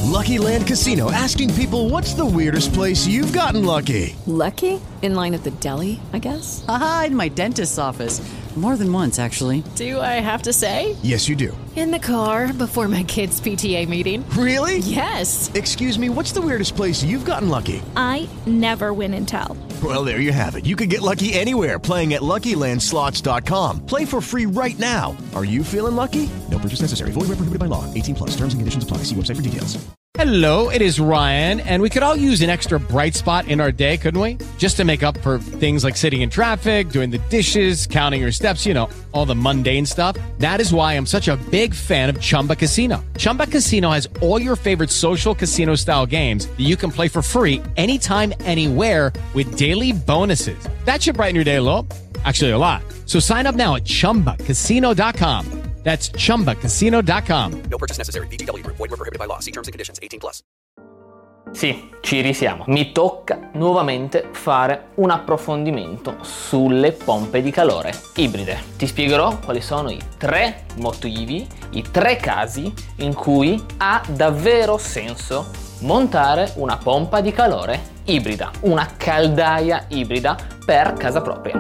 Lucky Land Casino, asking people, what's the weirdest place you've gotten lucky? Lucky? In line at the deli, I guess? Aha, in my dentist's office. More than once, actually. Do I have to say? Yes, you do. In the car before my kids' PTA meeting. Really? Yes. Excuse me, what's the weirdest place you've gotten lucky? I never win and tell. Well, there you have it. You can get lucky anywhere, playing at LuckyLandSlots.com. Play for free right now. Are you feeling lucky? No purchase necessary. Void where prohibited by law. 18 plus. Terms and conditions apply. See website for details. Hello, it is Ryan, and we could all use an extra bright spot in our day, couldn't we? Just to make up for things like sitting in traffic, doing the dishes, counting your steps, you know, all the mundane stuff. That is why I'm such a big fan of Chumba Casino. Chumba Casino has all your favorite social casino-style games that you can play for free anytime, anywhere with daily bonuses. That should brighten your day a little. Actually, a lot. So sign up now at ChumbaCasino.com. That's ChumbaCasino.com. No purchase necessary. VGW Group. Void where prohibited by law. See terms and conditions. 18 plus. Sì, ci risiamo. Mi tocca nuovamente fare un approfondimento sulle pompe di calore ibride. Ti spiegherò quali sono i 3 motivi, i 3 casi in cui ha davvero senso montare una pompa di calore ibrida, una caldaia ibrida per casa propria.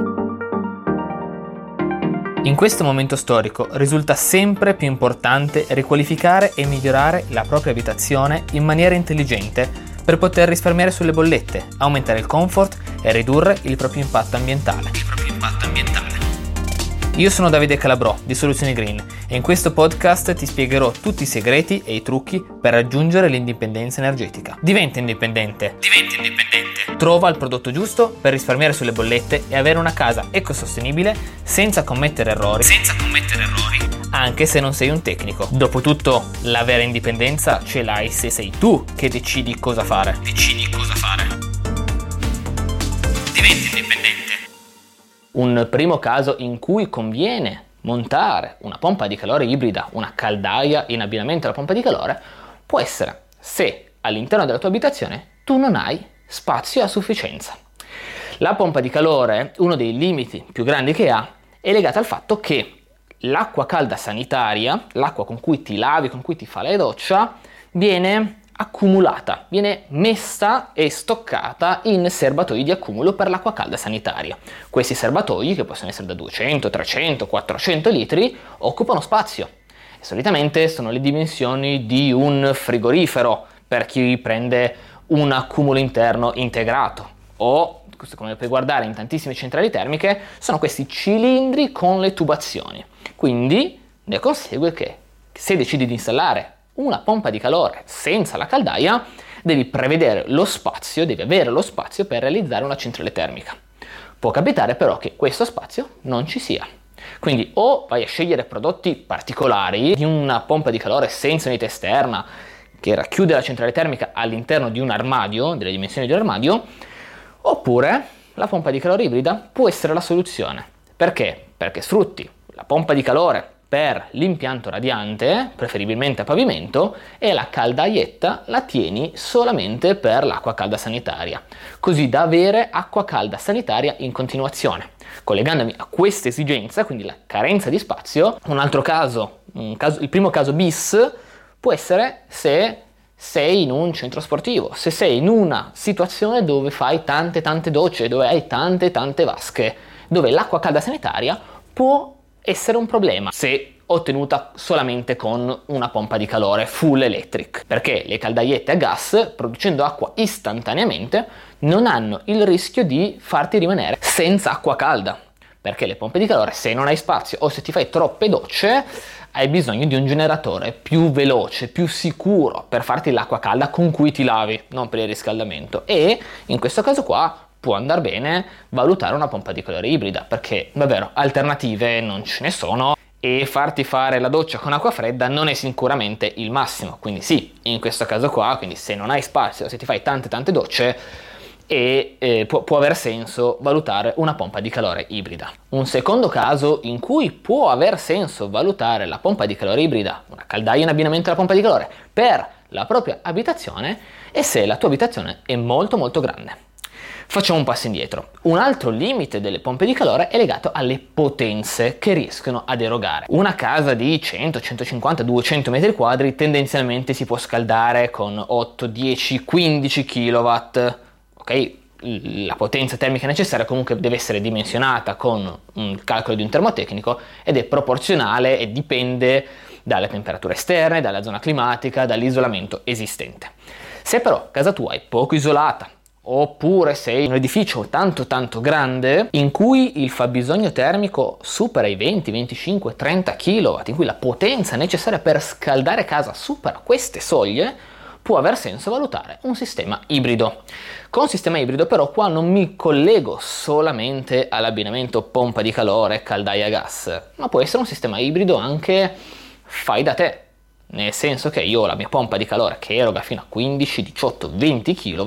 In questo momento storico risulta sempre più importante riqualificare e migliorare la propria abitazione in maniera intelligente per poter risparmiare sulle bollette, aumentare il comfort e ridurre il proprio impatto ambientale. Io sono Davide Calabrò di Soluzioni Green e in questo podcast ti spiegherò tutti i segreti e i trucchi per raggiungere l'indipendenza energetica. Diventa indipendente. Trova il prodotto giusto per risparmiare sulle bollette e avere una casa ecosostenibile senza commettere errori, anche se non sei un tecnico. Dopotutto, la vera indipendenza ce l'hai se sei tu che decidi cosa fare. Diventa indipendente. Un primo caso in cui conviene montare una pompa di calore ibrida, una caldaia in abbinamento alla pompa di calore, può essere se all'interno della tua abitazione tu non hai spazio a sufficienza. La pompa di calore, uno dei limiti più grandi che ha, è legata al fatto che l'acqua calda sanitaria, l'acqua con cui ti lavi, con cui ti fa la doccia, viene accumulata, viene messa e stoccata in serbatoi di accumulo per l'acqua calda sanitaria. Questi serbatoi, che possono essere da 200, 300, 400 litri, occupano spazio e solitamente sono le dimensioni di un frigorifero per chi prende un accumulo interno integrato, o come puoi guardare in tantissime centrali termiche sono questi cilindri con le tubazioni. Quindi ne consegue che se decidi di installare una pompa di calore senza la caldaia, devi prevedere lo spazio, devi avere lo spazio per realizzare una centrale termica. Può capitare però che questo spazio non ci sia. Quindi o vai a scegliere prodotti particolari di una pompa di calore senza unità esterna che racchiude la centrale termica all'interno di un armadio, delle dimensioni di un armadio, oppure la pompa di calore ibrida può essere la soluzione. Perché? Perché sfrutti la pompa di calore per l'impianto radiante, preferibilmente a pavimento, e la caldaietta la tieni solamente per l'acqua calda sanitaria, così da avere acqua calda sanitaria in continuazione. Collegandomi a questa esigenza, quindi la carenza di spazio, un altro caso, il primo caso bis, può essere se sei in un centro sportivo, se sei in una situazione dove fai tante docce, dove hai tante vasche, dove l'acqua calda sanitaria può essere un problema se ottenuta solamente con una pompa di calore full electric, perché le caldaiette a gas, producendo acqua istantaneamente, non hanno il rischio di farti rimanere senza acqua calda, perché le pompe di calore, se non hai spazio o se ti fai troppe docce, hai bisogno di un generatore più veloce, più sicuro per farti l'acqua calda con cui ti lavi, non per il riscaldamento. E in questo caso qua può andare bene valutare una pompa di calore ibrida, perché davvero alternative non ce ne sono e farti fare la doccia con acqua fredda non è sicuramente il massimo. Quindi sì, in questo caso qua, quindi se non hai spazio, se ti fai tante docce, può aver senso valutare una pompa di calore ibrida. Un secondo caso in cui può aver senso valutare la pompa di calore ibrida, una caldaia in abbinamento alla pompa di calore, per la propria abitazione, è se la tua abitazione è molto grande. Facciamo un passo indietro. Un altro limite delle pompe di calore è legato alle potenze che riescono ad erogare. Una casa di 100, 150, 200 metri quadri tendenzialmente si può scaldare con 8, 10, 15 kW. Ok? La potenza termica necessaria comunque deve essere dimensionata con un calcolo di un termotecnico ed è proporzionale e dipende dalle temperature esterne, dalla zona climatica, dall'isolamento esistente. Se però casa tua è poco isolata, oppure sei in un edificio tanto grande in cui il fabbisogno termico supera i 20, 25, 30 kW, in cui la potenza necessaria per scaldare casa supera queste soglie, può aver senso valutare un sistema ibrido. Con sistema ibrido però qua non mi collego solamente all'abbinamento pompa di calore, caldaia a gas, ma può essere un sistema ibrido anche fai da te, nel senso che io ho la mia pompa di calore che eroga fino a 15, 18, 20 kW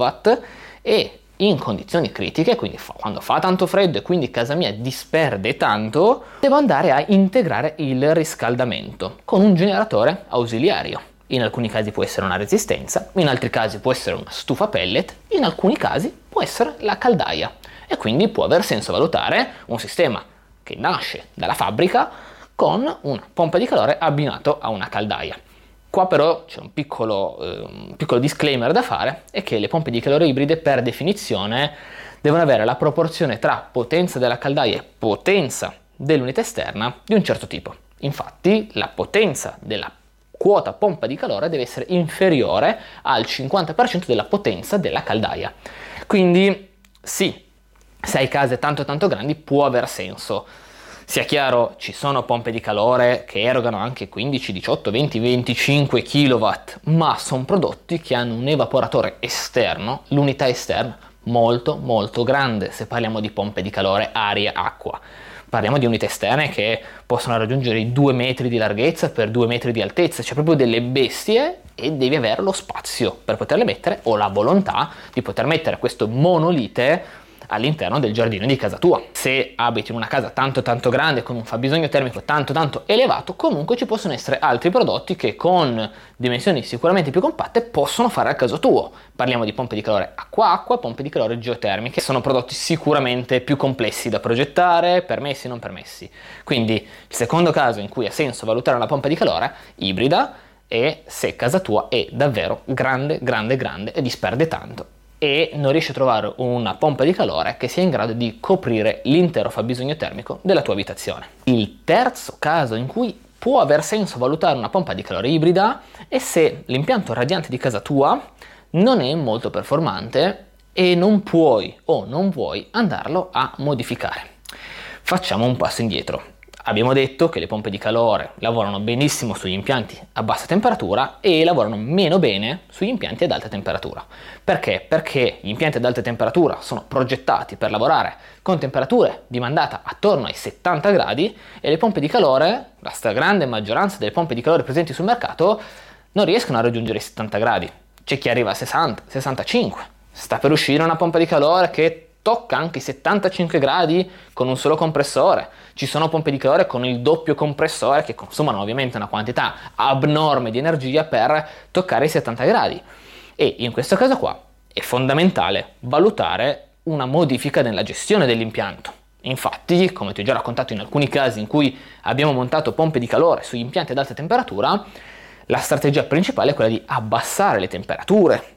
e in condizioni critiche, quindi quando fa tanto freddo e quindi casa mia disperde tanto, devo andare a integrare il riscaldamento con un generatore ausiliario. In alcuni casi può essere una resistenza, in altri casi può essere una stufa pellet, in alcuni casi può essere la caldaia e quindi può aver senso valutare un sistema che nasce dalla fabbrica con una pompa di calore abbinato a una caldaia. Qua però c'è un piccolo disclaimer da fare, è che le pompe di calore ibride per definizione devono avere la proporzione tra potenza della caldaia e potenza dell'unità esterna di un certo tipo. Infatti la potenza della quota pompa di calore deve essere inferiore al 50% della potenza della caldaia. Quindi sì, se hai case tanto grandi può aver senso. Sia chiaro, ci sono pompe di calore che erogano anche 15, 18, 20, 25 kW, ma sono prodotti che hanno un evaporatore esterno, l'unità esterna, molto grande, se parliamo di pompe di calore aria-acqua. Parliamo di unità esterne che possono raggiungere i 2 metri di larghezza per 2 metri di altezza, cioè proprio delle bestie, e devi avere lo spazio per poterle mettere o la volontà di poter mettere questo monolite all'interno del giardino di casa tua. Se abiti in una casa tanto grande con un fabbisogno termico tanto elevato, comunque ci possono essere altri prodotti che con dimensioni sicuramente più compatte possono fare al caso tuo. Parliamo di pompe di calore acqua-acqua, pompe di calore geotermiche, sono prodotti sicuramente più complessi da progettare, permessi non permessi. Quindi il secondo caso in cui ha senso valutare una pompa di calore ibrida è se casa tua è davvero grande e disperde tanto e non riesci a trovare una pompa di calore che sia in grado di coprire l'intero fabbisogno termico della tua abitazione. Il terzo caso in cui può aver senso valutare una pompa di calore ibrida è se l'impianto radiante di casa tua non è molto performante e non puoi o non vuoi andarlo a modificare. Facciamo un passo indietro. Abbiamo detto che le pompe di calore lavorano benissimo sugli impianti a bassa temperatura e lavorano meno bene sugli impianti ad alta temperatura. Perché? Perché gli impianti ad alta temperatura sono progettati per lavorare con temperature di mandata attorno ai 70 gradi e le pompe di calore, la stragrande maggioranza delle pompe di calore presenti sul mercato, non riescono a raggiungere i 70 gradi. C'è chi arriva a 60, 65. Sta per uscire una pompa di calore che tocca anche i 75 gradi con un solo compressore. Ci sono pompe di calore con il doppio compressore che consumano ovviamente una quantità abnorme di energia per toccare i 70 gradi. E in questo caso qua è fondamentale valutare una modifica nella gestione dell'impianto. Infatti, come ti ho già raccontato in alcuni casi in cui abbiamo montato pompe di calore sugli impianti ad alta temperatura, la strategia principale è quella di abbassare le temperature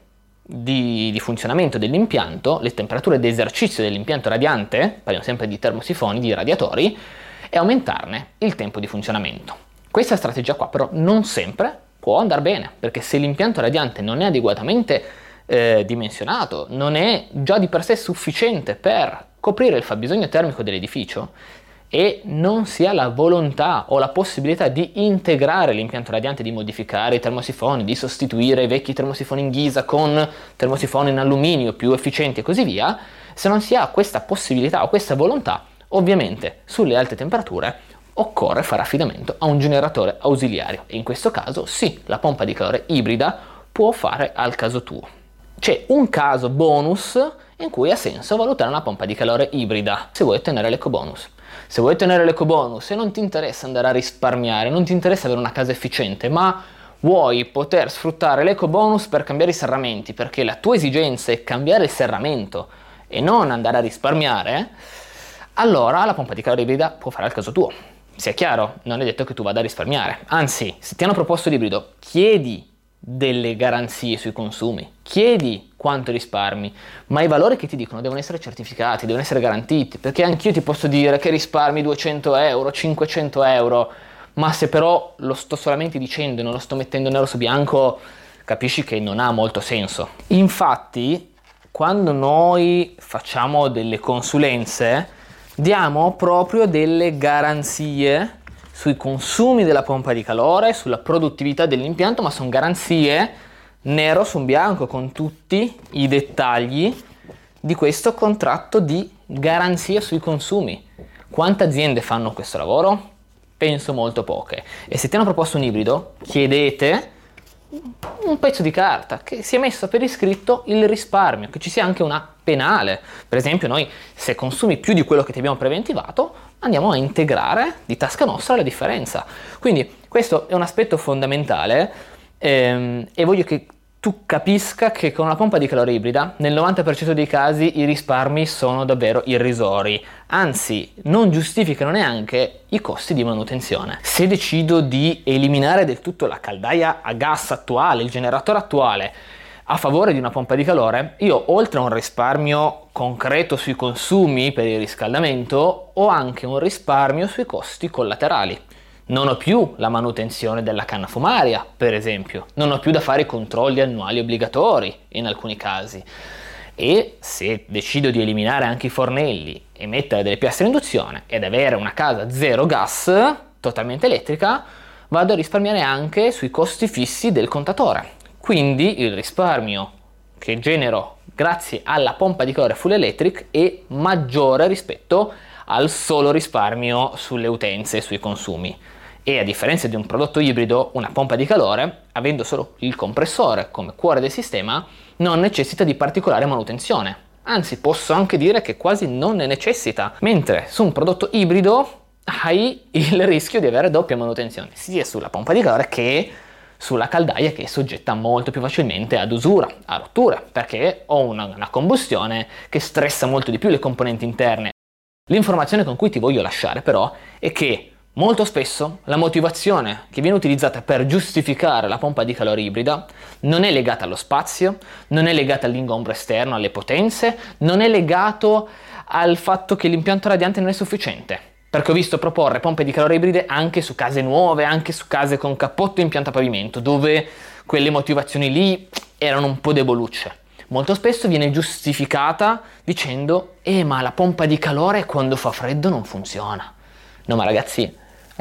di funzionamento dell'impianto, le temperature di esercizio dell'impianto radiante, parliamo sempre di termosifoni, di radiatori, e aumentarne il tempo di funzionamento. Questa strategia qua però non sempre può andare bene, perché se l'impianto radiante non è adeguatamente dimensionato, non è già di per sé sufficiente per coprire il fabbisogno termico dell'edificio e non si ha la volontà o la possibilità di integrare l'impianto radiante, di modificare i termosifoni, di sostituire i vecchi termosifoni in ghisa con termosifoni in alluminio più efficienti e così via, se non si ha questa possibilità o questa volontà, ovviamente sulle alte temperature occorre fare affidamento a un generatore ausiliario e in questo caso sì, la pompa di calore ibrida può fare al caso tuo. C'è un caso bonus in cui ha senso valutare una pompa di calore ibrida se vuoi ottenere l'ecobonus. Se vuoi ottenere l'ecobonus e non ti interessa andare a risparmiare, non ti interessa avere una casa efficiente, ma vuoi poter sfruttare l'ecobonus per cambiare i serramenti, perché la tua esigenza è cambiare il serramento e non andare a risparmiare, allora la pompa di calore ibrida può fare al caso tuo. Sia chiaro, non è detto che tu vada a risparmiare, anzi, se ti hanno proposto l'ibrido, chiedi delle garanzie sui consumi, chiedi quanto risparmi, ma i valori che ti dicono devono essere certificati, devono essere garantiti, perché anch'io ti posso dire che risparmi 200 euro, 500 euro, ma se però lo sto solamente dicendo e non lo sto mettendo nero su bianco, capisci che non ha molto senso. Infatti, quando noi facciamo delle consulenze, diamo proprio delle garanzie sui consumi della pompa di calore, sulla produttività dell'impianto, ma sono garanzie nero su bianco con tutti i dettagli di questo contratto di garanzia sui consumi. Quante aziende fanno questo lavoro? Penso molto poche. E se ti hanno proposto un ibrido, chiedete un pezzo di carta che sia messo per iscritto il risparmio, che ci sia anche una penale. Per esempio, noi se consumi più di quello che ti abbiamo preventivato, andiamo a integrare di tasca nostra la differenza. Quindi questo è un aspetto fondamentale e voglio che tu capisca che con una pompa di calore ibrida nel 90% dei casi i risparmi sono davvero irrisori, anzi non giustificano neanche i costi di manutenzione. Se decido di eliminare del tutto la caldaia a gas attuale, il generatore attuale, a favore di una pompa di calore, io oltre a un risparmio concreto sui consumi per il riscaldamento, ho anche un risparmio sui costi collaterali. Non ho più la manutenzione della canna fumaria, per esempio, non ho più da fare i controlli annuali obbligatori in alcuni casi. E se decido di eliminare anche i fornelli e mettere delle piastre a induzione ed avere una casa zero gas, totalmente elettrica, vado a risparmiare anche sui costi fissi del contatore. Quindi il risparmio che genero grazie alla pompa di calore full electric è maggiore rispetto al solo risparmio sulle utenze e sui consumi. E a differenza di un prodotto ibrido, una pompa di calore, avendo solo il compressore come cuore del sistema, non necessita di particolare manutenzione. Anzi, posso anche dire che quasi non ne necessita, mentre su un prodotto ibrido hai il rischio di avere doppia manutenzione, sia sulla pompa di calore che sulla caldaia, che è soggetta molto più facilmente ad usura, a rotture, perché ho una combustione che stressa molto di più le componenti interne. L'informazione con cui ti voglio lasciare però è che molto spesso la motivazione che viene utilizzata per giustificare la pompa di calore ibrida non è legata allo spazio, non è legata all'ingombro esterno, alle potenze, non è legato al fatto che l'impianto radiante non è sufficiente. Perché ho visto proporre pompe di calore ibride anche su case nuove, anche su case con cappotto e impianto a pavimento, dove quelle motivazioni lì erano un po' debolucce. Molto spesso viene giustificata dicendo ma la pompa di calore quando fa freddo non funziona. No, ma ragazzi,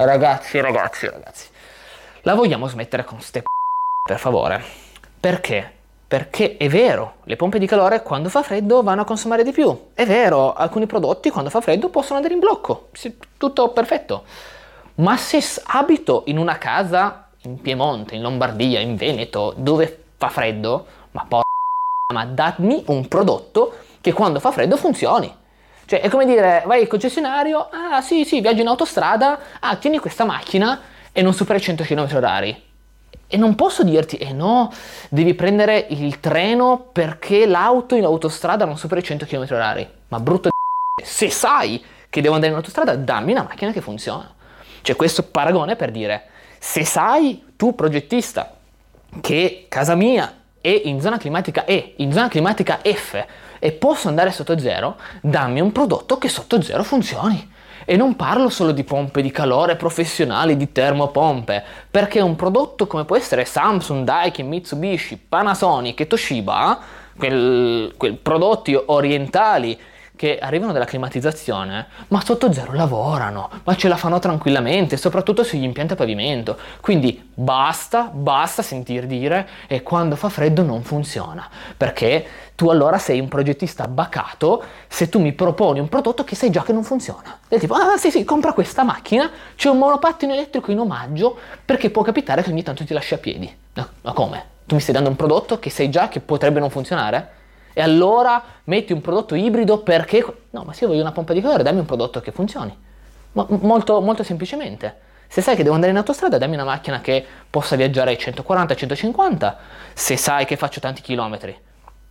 la vogliamo smettere con ste per favore? Perché? Perché è vero, le pompe di calore quando fa freddo vanno a consumare di più. È vero, alcuni prodotti quando fa freddo possono andare in blocco. Tutto perfetto. Ma se abito in una casa in Piemonte, in Lombardia, in Veneto, dove fa freddo, ma dammi un prodotto che quando fa freddo funzioni. Cioè, è come dire, vai al concessionario, sì, viaggio in autostrada, tieni questa macchina e non supera i 100 km/h. E non posso dirti, no, devi prendere il treno perché l'auto in autostrada non supera i 100 km/h. Ma brutto se sai che devo andare in autostrada, dammi una macchina che funziona. Cioè, questo paragone per dire, se sai, tu progettista, che casa mia è in zona climatica E, in zona climatica F, e posso andare sotto zero, dammi un prodotto che sotto zero funzioni. E non parlo solo di pompe di calore professionali, di termopompe, perché un prodotto come può essere Samsung, Daikin, Mitsubishi, Panasonic e Toshiba, quei prodotti orientali che arrivano dalla climatizzazione, ma sotto zero lavorano, ma ce la fanno tranquillamente, soprattutto sugli impianti a pavimento. Quindi basta sentir dire e quando fa freddo non funziona, perché tu allora sei un progettista bacato se tu mi proponi un prodotto che sai già che non funziona. Del tipo, sì, compra questa macchina, c'è un monopattino elettrico in omaggio, perché può capitare che ogni tanto ti lasci a piedi. No, ma come? Tu mi stai dando un prodotto che sai già che potrebbe non funzionare? E allora metti un prodotto ibrido perché... No, ma se io voglio una pompa di calore, dammi un prodotto che funzioni. Molto, molto semplicemente. Se sai che devo andare in autostrada, dammi una macchina che possa viaggiare ai 140-150, se sai che faccio tanti chilometri.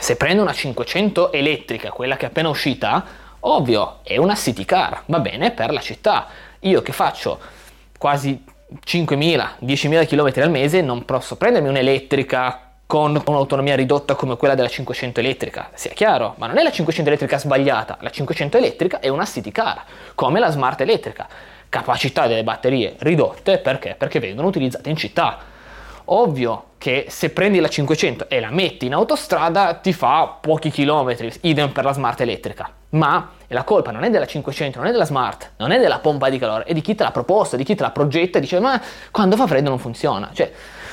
Se prendo una 500 elettrica, quella che è appena uscita, ovvio, è una city car, va bene per la città. Io che faccio quasi 5.000-10.000 km al mese non posso prendermi un'elettrica con un'autonomia ridotta come quella della 500 elettrica, sia chiaro, ma non è la 500 elettrica sbagliata, la 500 elettrica è una city car, come la smart elettrica, capacità delle batterie ridotte, perché? Perché vengono utilizzate in città. Ovvio che se prendi la 500 e la metti in autostrada ti fa pochi chilometri, idem per la smart elettrica, ma la colpa non è della 500, non è della smart, non è della pompa di calore, è di chi te l'ha proposta, di chi te la progetta e dice ma quando fa freddo non funziona, cioè...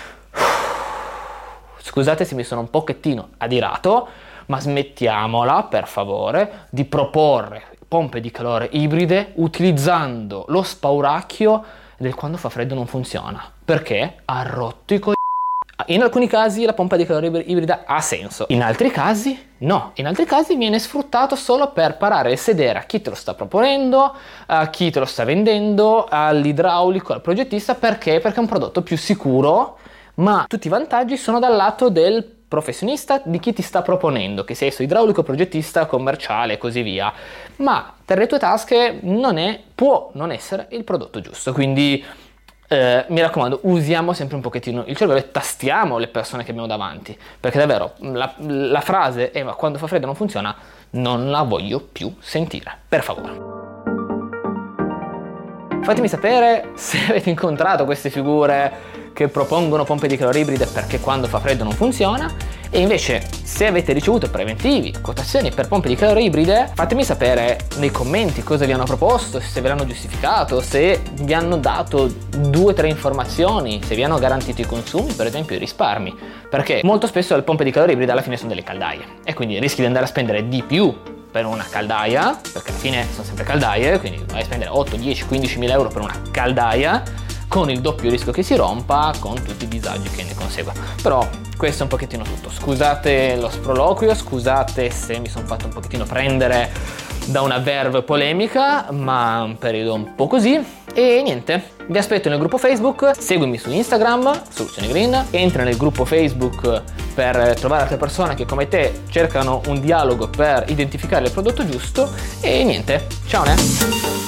Scusate se mi sono un pochettino adirato, ma smettiamola per favore di proporre pompe di calore ibride utilizzando lo spauracchio del quando fa freddo non funziona. Perché? Ha rotto i In alcuni casi la pompa di calore ibrida ha senso, in altri casi no, in altri casi viene sfruttato solo per parare il sedere a chi te lo sta proponendo, a chi te lo sta vendendo, all'idraulico, al progettista, perché? Perché è un prodotto più sicuro, ma tutti i vantaggi sono dal lato del professionista, di chi ti sta proponendo, che sia esso idraulico, progettista, commerciale e così via, ma per le tue tasche può non essere il prodotto giusto, quindi mi raccomando, usiamo sempre un pochettino il cervello e tastiamo le persone che abbiamo davanti, perché davvero la frase ma quando fa freddo non funziona non la voglio più sentire, per favore. Fatemi sapere se avete incontrato queste figure che propongono pompe di calore ibride perché quando fa freddo non funziona, e invece se avete ricevuto preventivi, quotazioni per pompe di calore ibride, fatemi sapere nei commenti cosa vi hanno proposto, se ve l'hanno giustificato, se vi hanno dato 2 o 3 informazioni, se vi hanno garantito i consumi, per esempio i risparmi, perché molto spesso le pompe di calore ibride alla fine sono delle caldaie e quindi rischi di andare a spendere di più per una caldaia, perché alla fine sono sempre caldaie, quindi vai a spendere 8, 10, 15.000 euro per una caldaia, con il doppio rischio che si rompa, con tutti i disagi che ne conseguono. Però questo è un pochettino tutto. Scusate lo sproloquio, scusate se mi sono fatto un pochettino prendere da una verve polemica, ma un periodo un po' così. E niente, vi aspetto nel gruppo Facebook, seguimi su Instagram, Soluzioni Green, entra nel gruppo Facebook per trovare altre persone che come te cercano un dialogo per identificare il prodotto giusto. E niente, ciao ne!